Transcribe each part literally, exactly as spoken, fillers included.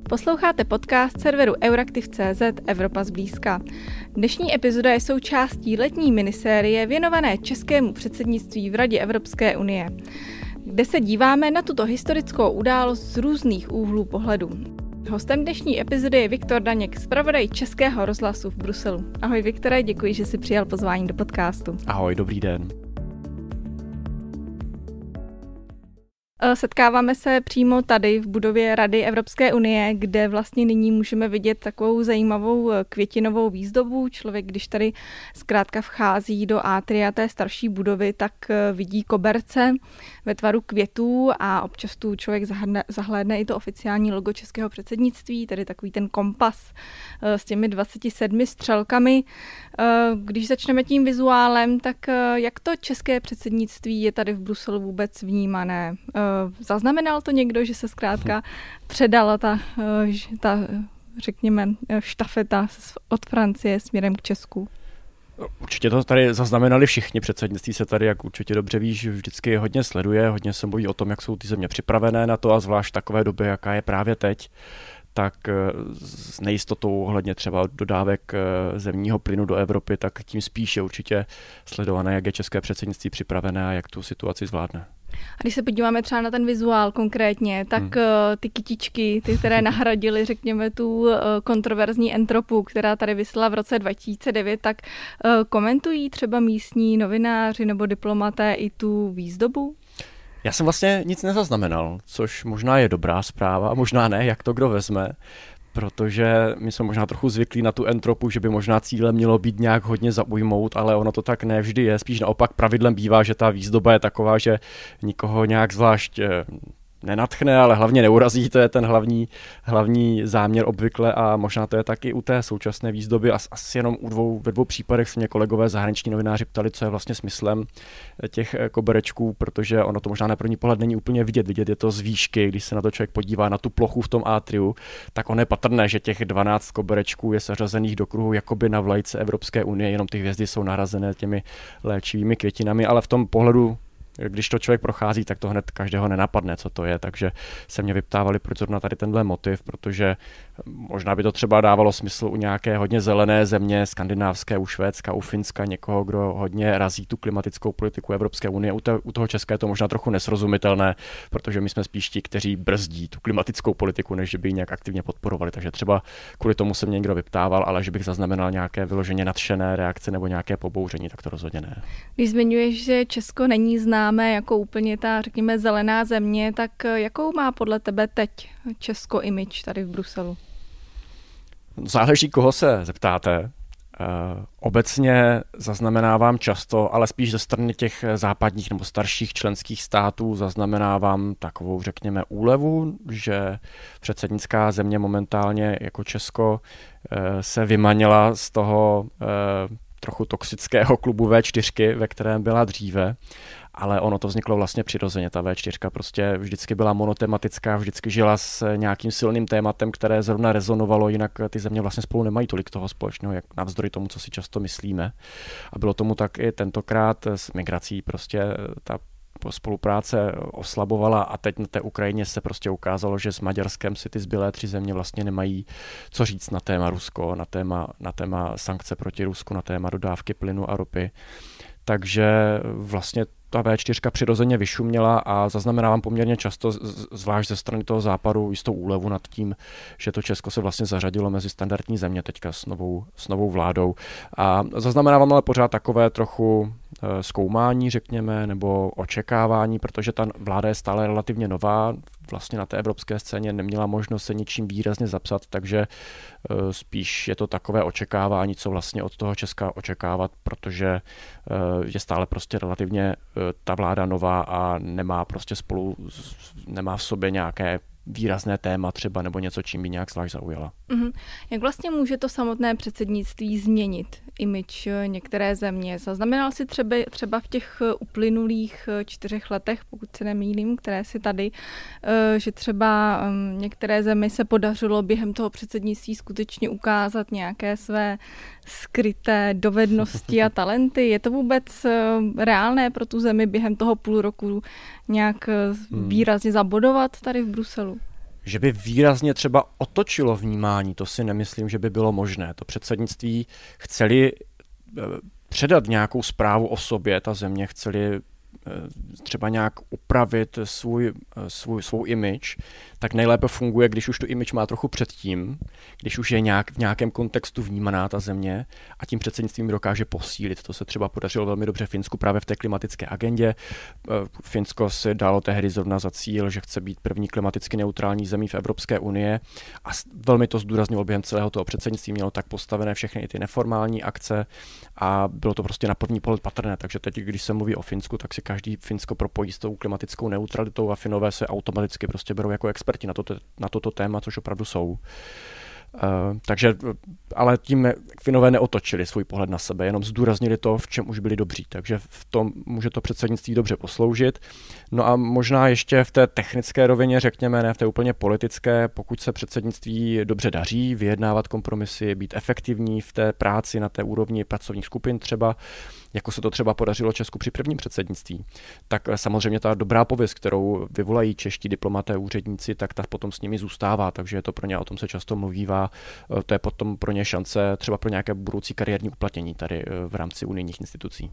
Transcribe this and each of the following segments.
Posloucháte podcast serveru Euraktiv tečka cé zet Evropa zblízka. Dnešní epizoda je součástí letní minisérie věnované českému předsednictví v Radě Evropské unie, kde se díváme na tuto historickou událost z různých úhlů pohledu. Hostem dnešní epizody je Viktor Daněk, zpravodaj Českého rozhlasu v Bruselu. Ahoj Viktore, děkuji, že jsi přijal pozvání do podcastu. Ahoj, dobrý den. Setkáváme se přímo tady v budově Rady Evropské unie, kde vlastně nyní můžeme vidět takovou zajímavou květinovou výzdobu. Člověk, když tady zkrátka vchází do átria té starší budovy, tak vidí koberce ve tvaru květů a občas tu člověk zahlédne i to oficiální logo českého předsednictví, tedy takový ten kompas s těmi dvaceti sedmi střelkami. Když začneme tím vizuálem, tak jak to české předsednictví je tady v Bruselu vůbec vnímané? Zaznamenal to někdo, že se zkrátka předala ta, ta řekněme, štafeta od Francie směrem k Česku? Určitě to tady zaznamenali všichni. Předsednictví se tady, jak určitě dobře víš, vždycky hodně sleduje, hodně se mluví o tom, jak jsou ty země připravené na to a zvlášť takové doby, jaká je právě teď, tak s nejistotou ohledně třeba dodávek zemního plynu do Evropy, tak tím spíše určitě sledované, jak je české předsednictví připravené a jak tu situaci zvládne. A když se podíváme třeba na ten vizuál konkrétně, tak hmm. ty kytičky, ty, které nahradily, řekněme, tu kontroverzní entropu, která tady visela v roce dva tisíce devět, tak komentují třeba místní novináři nebo diplomaté i tu výzdobu? Já jsem vlastně nic nezaznamenal, což možná je dobrá zpráva, možná ne, jak to kdo vezme, protože my jsme možná trochu zvyklí na tu entropu, že by možná cílem mělo být nějak hodně zaujmout, ale ono to tak nevždy je. Spíš naopak pravidlem bývá, že ta výzdoba je taková, že nikoho nějak zvlášť nenadchne, ale hlavně neurazí, to je ten hlavní, hlavní záměr obvykle a možná to je taky u té současné výzdoby. Asi jenom u dvou, ve dvou případech se mě kolegové zahraniční novináři ptali, co je vlastně smyslem těch koberečků, protože ono to možná na první pohled není úplně vidět. Vidět je to z výšky, když se na to člověk podívá na tu plochu v tom atriu, tak ono je patrné, že těch dvanáct koberečků je seřazených do kruhu jakoby na vlajce Evropské unie, jenom ty hvězdy jsou nahrazené těmi léčivými květinami, ale v tom pohledu, když to člověk prochází, tak to hned každého nenapadne, co to je, takže se mě vyptávali, proč zrovna tady tenhle motiv, protože možná by to třeba dávalo smysl u nějaké hodně zelené země, skandinávské, u Švédska, u Finska, někoho, kdo hodně razí tu klimatickou politiku Evropské unie. U, te, u toho České je to možná trochu nesrozumitelné, protože my jsme spíš ti, kteří brzdí tu klimatickou politiku, než by ji nějak aktivně podporovali, takže třeba kvůli tomu se mě někdo vyptával, ale že bych zaznamenal nějaké vyloženě nadšené reakce nebo nějaké pobouření, tak to rozhodně ne. Když zmiňuješ, že Česko není známé jako úplně ta, řekněme, zelená země, tak jakou má podle tebe teď Česko image tady v Bruselu? Záleží, koho se zeptáte. Obecně zaznamenávám často, ale spíš ze strany těch západních nebo starších členských států zaznamenávám takovou, řekněme, úlevu, že předsednická země momentálně jako Česko se vymanila z toho trochu toxického klubu vé čtyři, ve kterém byla dříve, ale ono to vzniklo vlastně přirozeně. Ta vé čtyři prostě vždycky byla monotematická, vždycky žila s nějakým silným tématem, které zrovna rezonovalo, jinak ty země vlastně spolu nemají tolik toho společného, jak navzdory tomu, co si často myslíme. A bylo tomu tak i tentokrát s migrací, prostě ta spolupráce oslabovala a teď na té Ukrajině se prostě ukázalo, že s Maďarskem si ty zbylé tři země vlastně nemají co říct na téma Rusko, na téma, na téma sankce proti Rusku, na téma dodávky plynu a ropy. Takže vlastně ta vé čtyři přirozeně vyšuměla a zaznamenávám poměrně často, zvlášť ze strany toho západu, jistou úlevu nad tím, že to Česko se vlastně zařadilo mezi standardní země teďka s novou, s novou vládou. A zaznamenávám ale pořád takové trochu zkoumání, řekněme, nebo očekávání, protože ta vláda je stále relativně nová, vlastně na té evropské scéně neměla možnost se ničím výrazně zapsat, takže spíš je to takové očekávání, co vlastně od toho Česka očekávat, protože je stále prostě relativně ta vláda nová a nemá prostě spolu, nemá v sobě nějaké výrazné téma třeba nebo něco, čím by nějak zvlášť zaujala. Mm-hmm. Jak vlastně může to samotné předsednictví změnit image některé země? Zaznamenal si třeba, třeba v těch uplynulých čtyřech letech, pokud se nemýlím, které si tady, že třeba některé zemi se podařilo během toho předsednictví skutečně ukázat nějaké své skryté dovednosti a talenty? Je to vůbec reálné pro tu zemi během toho půl roku nějak výrazně zabodovat tady v Bruselu? že by výrazně třeba otočilo vnímání, to si nemyslím, že by bylo možné. To předsednictví chceli předat nějakou zprávu o sobě, ta země chceli třeba nějak upravit svůj, svůj, svou image, tak nejlépe funguje, když už tu image má trochu předtím, když už je nějak, v nějakém kontextu vnímaná ta země a tím předsednictvím dokáže posílit. To se třeba podařilo velmi dobře Finsku právě v té klimatické agendě. Finsko si dalo tehdy zrovna za cíl, že chce být první klimaticky neutrální zemí v Evropské unie a velmi to zdůraznilo během celého toho předsednictví, mělo tak postavené všechny i ty neformální akce a bylo to prostě na první pohled patrné. Takže teď, když se mluví o Finsku, tak si každý Finsko propojí s tou klimatickou neutralitou a Finové se automaticky prostě berou jako experti na, to, na toto téma, což opravdu jsou. Uh, takže, ale tím Finové neotočili svůj pohled na sebe, jenom zdůraznili to, v čem už byli dobří, takže v tom může to předsednictví dobře posloužit. No a možná ještě v té technické rovině, řekněme, ne v té úplně politické, pokud se předsednictví dobře daří, vyjednávat kompromisy, být efektivní v té práci na té úrovni pracovních skupin třeba, jako se to třeba podařilo Česku při prvním předsednictví, tak samozřejmě ta dobrá pověst, kterou vyvolají čeští diplomaté, úředníci, tak ta potom s nimi zůstává, takže je to pro ně, o tom se často mluvívá, to je potom pro ně šance třeba pro nějaké budoucí kariérní uplatnění tady v rámci unijních institucí.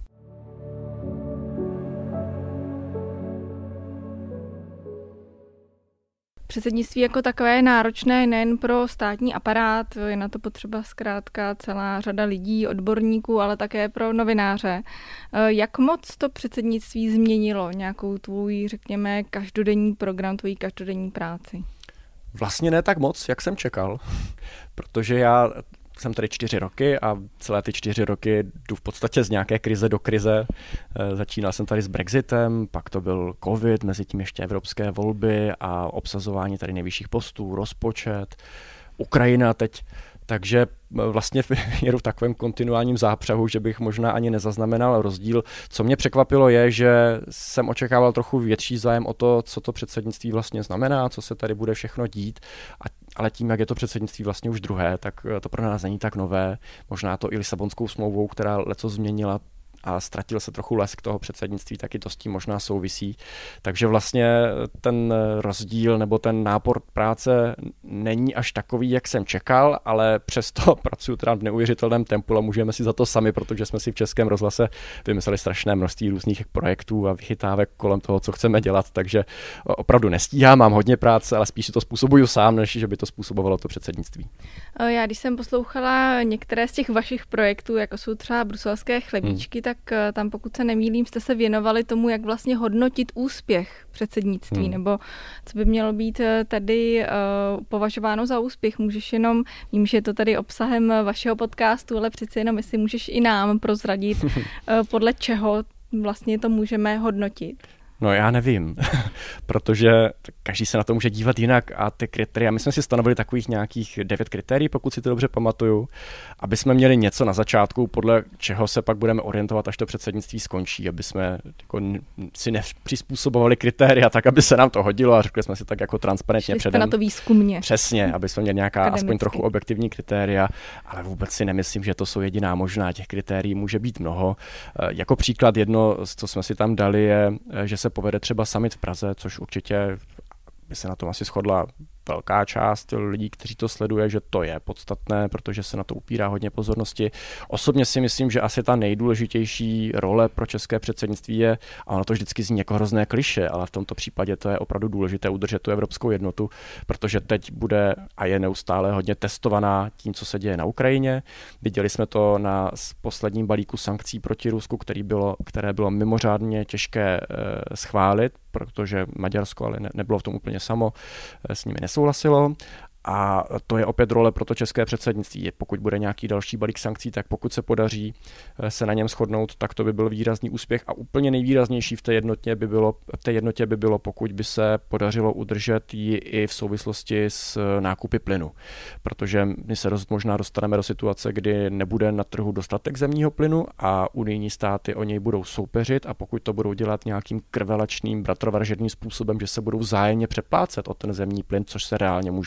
Předsednictví jako takové je náročné nejen pro státní aparát, je na to potřeba zkrátka celá řada lidí, odborníků, ale také pro novináře. Jak moc to předsednictví změnilo nějakou tvůj, řekněme, každodenní program, tvojí každodenní práci? Vlastně ne tak moc, jak jsem čekal, protože já jsem tady čtyři roky a celé ty čtyři roky jdu v podstatě z nějaké krize do krize. Začínal jsem tady s Brexitem, pak to byl covid, mezi tím ještě evropské volby a obsazování tady nejvyšších postů, rozpočet, Ukrajina teď. Takže vlastně jedu v takovém kontinuálním zápřahu, že bych možná ani nezaznamenal rozdíl. Co mě překvapilo je, že jsem očekával trochu větší zájem o to, co to předsednictví vlastně znamená, co se tady bude všechno dít, a, ale tím, jak je to předsednictví vlastně už druhé, tak to pro nás není tak nové. Možná to i Lisabonskou smlouvou, která leco změnila a ztratil se trochu lesk toho předsednictví, taky to s tím možná souvisí. Takže vlastně ten rozdíl nebo ten nápor práce není až takový, jak jsem čekal, ale přesto pracuji teda v neuvěřitelném tempu a můžeme si za to sami, protože jsme si v Českém rozhlase vymysleli strašné množství různých projektů a vychytávek kolem toho, co chceme dělat, takže opravdu nestíhám, mám hodně práce, ale spíš si to způsobuju sám, než že by to způsobovalo to předsednictví. Já když jsem poslouchala některé z těch vašich projektů, jako jsou třeba bruselské chlebíčky, hmm. tak tam, pokud se nemýlím, jste se věnovali tomu, jak vlastně hodnotit úspěch předsednictví, hmm. nebo co by mělo být tady uh, považováno za úspěch. Můžeš jenom, vím, že je to tady obsahem vašeho podcastu, ale přeci jenom, jestli můžeš i nám prozradit, uh, podle čeho vlastně to můžeme hodnotit. No já nevím, protože každý se na to může dívat jinak a ty kritéria, my jsme si stanovili takových nějakých devět kritérií, pokud si to dobře pamatuju, aby jsme měli něco na začátku, podle čeho se pak budeme orientovat, až to předsednictví skončí, aby jsme jako si nepřizpůsobovali kritéria tak, aby se nám to hodilo a řekli jsme si tak jako transparentně Šli předem. Jste na to výzkumně. Přesně, aby jsme měli nějaká akademicky. Aspoň trochu objektivní kritéria, ale vůbec si nemyslím, že to jsou jediná možná, těch kritérií může být mnoho. Jako příklad jedno, co jsme si tam dali, je, že se povede třeba summit v Praze, což určitě by se na tom asi shodla velká část lidí, kteří to sleduje, že to je podstatné, protože se na to upírá hodně pozornosti. Osobně si myslím, že asi ta nejdůležitější role pro české předsednictví je, a ono to vždycky zní jako hrozné klišé, ale v tomto případě to je opravdu důležité udržet tu evropskou jednotu, protože teď bude a je neustále hodně testovaná tím, co se děje na Ukrajině. Viděli jsme to na posledním balíku sankcí proti Rusku, který bylo, které bylo mimořádně těžké e, schválit, protože Maďarsko ale ne, nebylo v tom úplně samo, e, s nimi nesouhlasilo. A to je opět role pro to české předsednictví. Pokud bude nějaký další balík sankcí, tak pokud se podaří se na něm shodnout, tak to by byl výrazný úspěch. A úplně nejvýraznější v té jednotě by bylo, v té jednotě by bylo, pokud by se podařilo udržet ji i v souvislosti s nákupy plynu. Protože my se dost možná dostaneme do situace, kdy nebude na trhu dostatek zemního plynu a unijní státy o něj budou soupeřit, a pokud to budou dělat nějakým krvelačným, bratrovražedným způsobem, že se budou vzájemně přeplácet o ten zemní plyn, což se reálně může stát,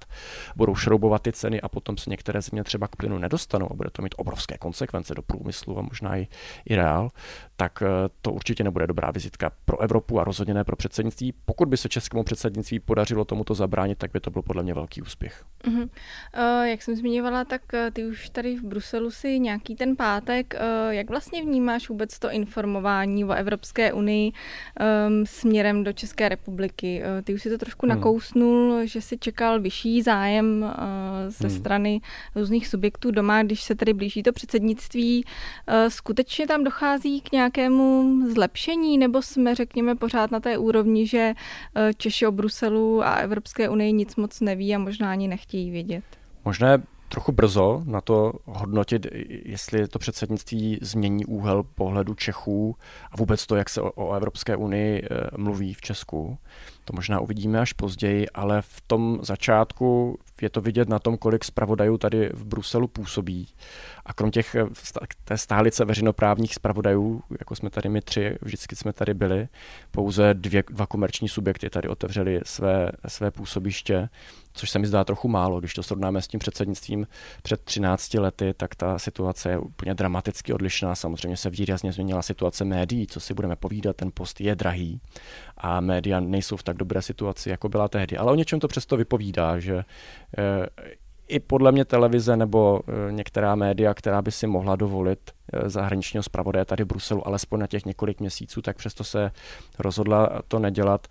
budou šroubovat ty ceny a potom se některé země třeba k plynu nedostanou a bude to mít obrovské konsekvence do průmyslu a možná i, i reál, tak to určitě nebude dobrá vizitka pro Evropu a rozhodně ne pro předsednictví. Pokud by se českému předsednictví podařilo tomuto zabránit, tak by to byl podle mě velký úspěch. Uh-huh. Uh, jak jsem zmiňovala, tak ty už tady v Bruselu si nějaký ten pátek. Uh, jak vlastně vnímáš vůbec to informování o Evropské unii um, směrem do České republiky? Uh, ty už si to trošku hmm. nakousnul, že si čekal vyšší zájem uh, ze hmm. strany různých subjektů doma, když se tady blíží to předsednictví. Uh, skutečně tam dochází k nějakému zlepšení, nebo jsme, řekněme, pořád na té úrovni, že uh, Češi o Bruselu a Evropské unii nic moc neví a možná ani nechtějí vědět? Možná je trochu brzo na to hodnotit, jestli to předsednictví změní úhel pohledu Čechů a vůbec to, jak se o, o Evropské unii e, mluví v Česku. To možná uvidíme až později, ale v tom začátku je to vidět na tom, kolik zpravodajů tady v Bruselu působí. A krom těch té stálice veřejnoprávních zpravodajů, jako jsme tady my tři, vždycky jsme tady byli, pouze dvě, dva komerční subjekty tady otevřeli své, své působiště, což se mi zdá trochu málo. Když to srovnáme s tím předsednictvím před třinácti lety, tak ta situace je úplně dramaticky odlišná. Samozřejmě se výrazně změnila situace médií, co si budeme povídat, ten post je drahý a média nejsou v tak dobré situaci, jako byla tehdy. Ale o něčem to přesto vypovídá, že e, i podle mě televize nebo e, některá média, která by si mohla dovolit e, zahraničního zpravodaje tady v Bruselu alespoň na těch několik měsíců, tak přesto se rozhodla to nedělat.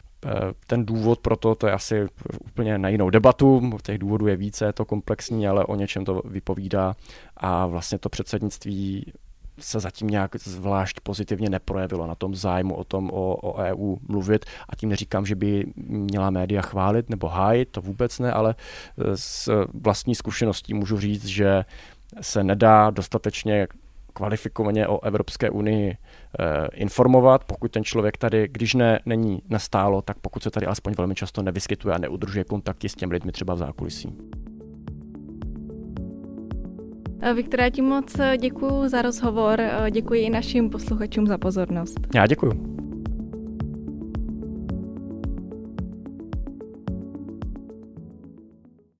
Ten důvod pro to, to je asi úplně na jinou debatu, těch důvodů je více, je to komplexní, ale o něčem to vypovídá a vlastně to předsednictví se zatím nějak zvlášť pozitivně neprojevilo na tom zájmu o tom o, o E U mluvit a tím neříkám, že by měla média chválit nebo hájit, to vůbec ne, ale z vlastní zkušeností můžu říct, že se nedá dostatečně kvalifikovaně o Evropské unii e, informovat, pokud ten člověk tady, když ne, není nastálo, tak pokud se tady alespoň velmi často nevyskytuje a neudržuje kontakty s těmi lidmi třeba v zákulisí. Viktore, já ti moc děkuji za rozhovor, děkuji i našim posluchačům za pozornost. Já děkuji.